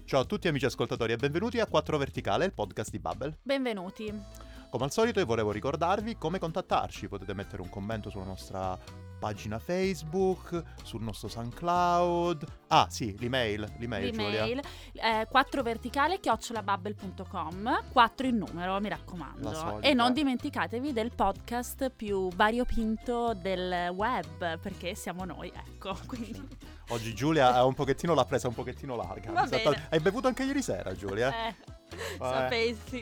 Ciao a tutti amici ascoltatori e benvenuti a 4 Verticale, il podcast di Babbel. Benvenuti. Come al solito io volevo ricordarvi come contattarci. Potete mettere un commento sulla nostra pagina Facebook, sul nostro SoundCloud. Ah sì, l'email Giulia. 4verticale@babbel.com, 4 in numero, mi raccomando. E non dimenticatevi del podcast più variopinto del web, perché siamo noi, ecco, quindi... Oggi Giulia ha un pochettino l'ha presa un pochettino larga. Va bene. Hai bevuto anche ieri sera, Giulia? Sapessi.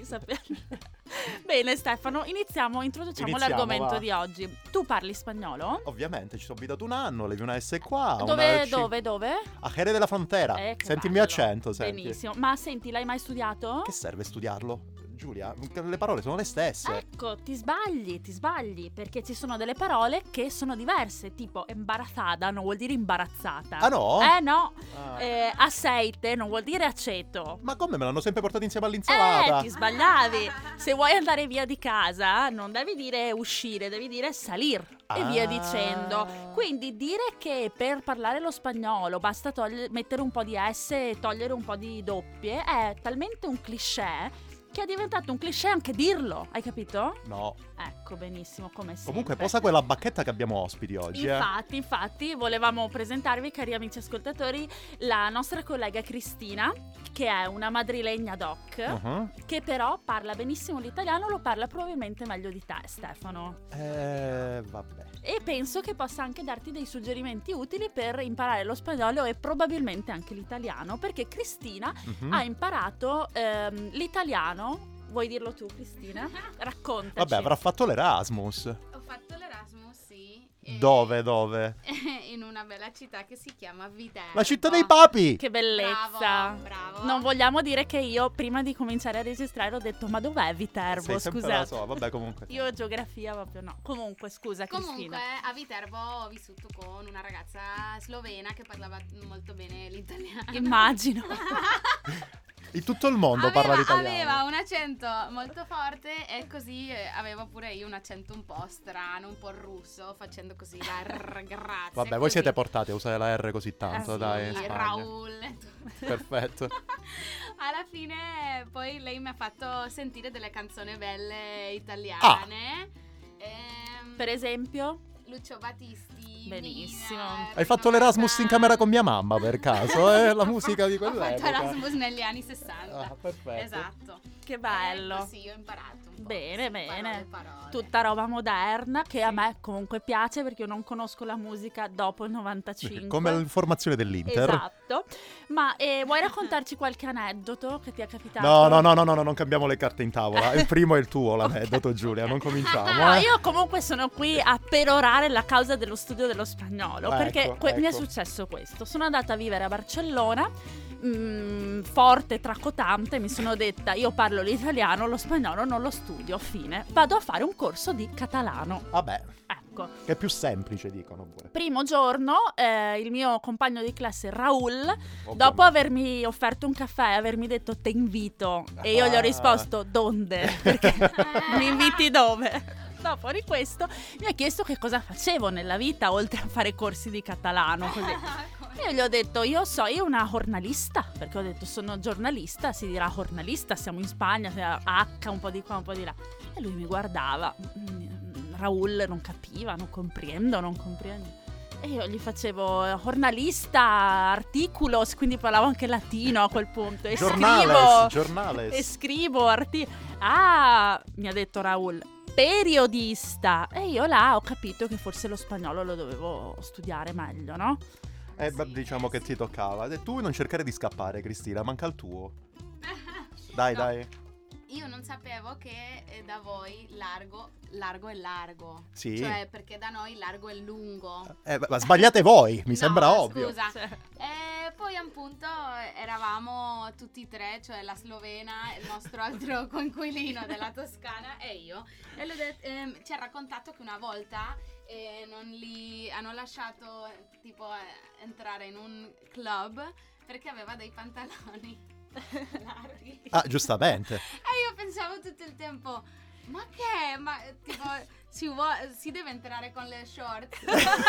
Bene Stefano, introduciamo Iniziamo, l'argomento va. di oggi. Tu parli spagnolo? Ovviamente, ci sono abitato un anno, levi una S qua. Dove? A Jerez de la Frontera. Che Senti il bello. mio accento, senti. Benissimo. Ma senti, l'hai mai studiato? Che serve studiarlo? Giulia, le parole sono le stesse. Ecco, ti sbagli, perché ci sono delle parole che sono diverse, tipo imbarazzata non vuol dire imbarazzata. Ah no? No. Ah. Aceite non vuol dire aceto. Ma come me l'hanno sempre portato insieme all'insalata? Ti sbagliavi. Se vuoi andare via di casa non devi dire uscire, devi dire salir e via dicendo. Quindi dire che per parlare lo spagnolo basta mettere un po' di S e togliere un po' di doppie è talmente un cliché che è diventato un cliché anche dirlo, hai capito? No. Ecco, benissimo, come sempre. Comunque posa quella bacchetta che abbiamo ospiti oggi. Infatti, volevamo presentarvi, cari amici ascoltatori, la nostra collega Cristina, che è una madrilegna doc, che però parla benissimo l'italiano, lo parla probabilmente meglio di te, Stefano. Vabbè. E penso che possa anche darti dei suggerimenti utili per imparare lo spagnolo e probabilmente anche l'italiano, perché Cristina ha imparato l'italiano. Vuoi dirlo tu, Cristina? Raccontaci. Vabbè, avrà fatto l'Erasmus. Ho fatto l'Erasmus, sì. Dove? In una bella città che si chiama Viterbo. La città dei papi! Che bellezza. Bravo. Non vogliamo dire che io prima di cominciare a registrare ho detto ma dov'è Viterbo? Scusa. La so, vabbè comunque. Io geografia proprio no. Comunque scusa Cristina. Comunque a Viterbo ho vissuto con una ragazza slovena che parlava molto bene l'italiano. Immagino. In tutto il mondo parla l'italiano. Aveva un accento molto forte e così avevo pure io un accento un po' strano, un po' russo, facendo così la R, grazie. Vabbè, voi così. siete portati a usare la R così tanto, Sì, dai. in Spagna. Raul e tutto. Perfetto. Alla fine poi lei mi ha fatto sentire delle canzoni belle italiane. Per esempio? Lucio Battisti. Benissimo. Mina, Hai fatto Rino l'Erasmus in Gaetano. camera con mia mamma per caso, La musica di Ho quell'epoca. fatto Erasmus negli anni 60. Ah, perfetto. Esatto. Che bello. Sì, ho imparato un po'. Bene, sì, bene. parole. Tutta roba moderna che a me comunque piace perché io non conosco la musica dopo il 95. Come l'informazione dell'Inter. Esatto. Ma vuoi raccontarci qualche aneddoto che ti è capitato? No, non cambiamo le carte in tavola. Il primo è il tuo, l'aneddoto, Giulia. Non cominciamo. No, io comunque sono qui a perorare la causa dello studio dello spagnolo. Perché mi è successo questo. Sono andata a vivere a Barcellona, forte, tracotante. Mi sono detta, io parlo l'italiano, lo spagnolo non lo studio, fine. Vado a fare un corso di catalano. Vabbè, Ecco. che è più semplice, dicono pure. Primo giorno, il mio compagno di classe Raul, dopo avermi offerto un caffè e avermi detto te invito, e io gli ho risposto donde? Perché mi inviti dove? Dopo di questo mi ha chiesto che cosa facevo nella vita oltre a fare corsi di catalano, così. E io gli ho detto io una giornalista, perché ho detto sono giornalista, si dirà giornalista, siamo in Spagna, H un po' di qua, un po' di là. E lui mi guardava, Raul non capiva, non comprendo. E io gli facevo giornalista, articulos, quindi parlavo anche latino a quel punto. E Giornales. E scrivo Ah, mi ha detto Raul, periodista. E io là ho capito che forse lo spagnolo lo dovevo studiare meglio, no? Diciamo che ti toccava. E tu non cercare di scappare, Cristina, manca il tuo. Dai, No. dai. Io non sapevo che da voi largo è largo. Sì. Cioè, perché da noi largo è lungo. Ma sbagliate voi, mi No, sembra ovvio. Scusa. Cioè. E poi appunto eravamo tutti e tre, cioè la slovena, il nostro altro coinquilino della Toscana e io. E ci ha raccontato che una volta non li hanno lasciato tipo entrare in un club perché aveva dei pantaloni larghi. Ah, giustamente. E io pensavo tutto il tempo, ma che? Ma tipo si deve entrare con le shorts.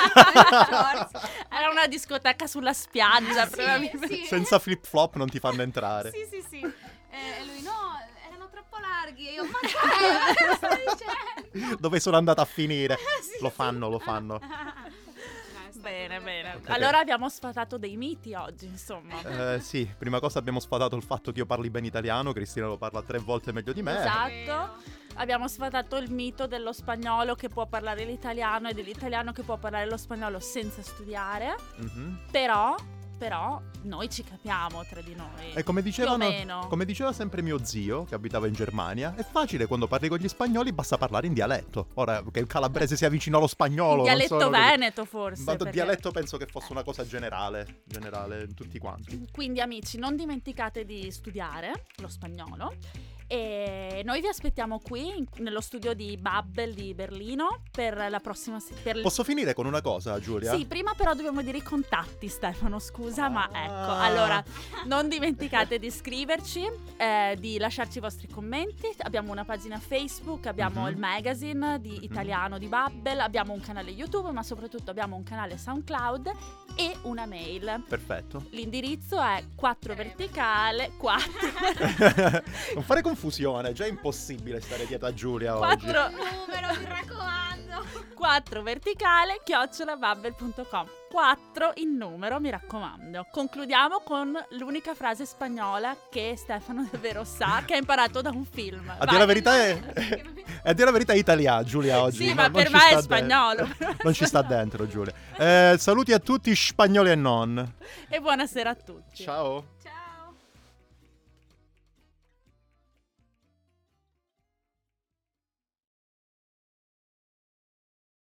Era una discoteca sulla spiaggia, probabilmente. Sì. Senza flip flop non ti fanno entrare. Sì. E lui, no, erano troppo larghi. E io, ma che stai dicendo? Dove sono andata a finire? Sì, Lo sì. fanno. Bene. Ok. Allora abbiamo sfatato dei miti oggi, insomma. Sì, prima cosa abbiamo sfatato il fatto che io parli bene italiano, Cristina lo parla 3 volte meglio di me. Esatto. Abbiamo sfatato il mito dello spagnolo che può parlare l'italiano e dell'italiano che può parlare lo spagnolo senza studiare. Mhm. Però noi ci capiamo tra di noi. E come più o meno. come diceva sempre mio zio, che abitava in Germania, è facile quando parli con gli spagnoli, basta parlare in dialetto. Ora che il calabrese sia vicino allo spagnolo, Il non dialetto sono veneto forse. Ma il perché- dialetto penso che fosse una cosa generale in tutti quanti. Quindi amici, non dimenticate di studiare lo spagnolo. E noi vi aspettiamo qui nello studio di Babbel di Berlino per la prossima Posso finire con una cosa, Giulia? Sì, prima però dobbiamo dire i contatti, Stefano, scusa, ma Ah. ecco, allora, non dimenticate di iscriverci, di lasciarci i vostri commenti, abbiamo una pagina Facebook, abbiamo Mhm. il magazine di italiano di Babbel, abbiamo un canale YouTube, ma soprattutto abbiamo un canale SoundCloud e una mail. Perfetto. L'indirizzo è 4 verticale 4 Non fare confusione, è già impossibile stare dietro a Giulia oggi. 4 Numero, mi raccomando. 4 verticale @babbel.com. 4 in numero, mi raccomando. Concludiamo con l'unica frase spagnola che Stefano davvero sa, che ha imparato da un film. A dire la verità a dire la verità è italiano, Giulia, oggi. Sì, ma non per ci me sta è dentro. spagnolo. Non ci sta dentro, Giulia. Saluti a tutti spagnoli e non. E buonasera a tutti. Ciao.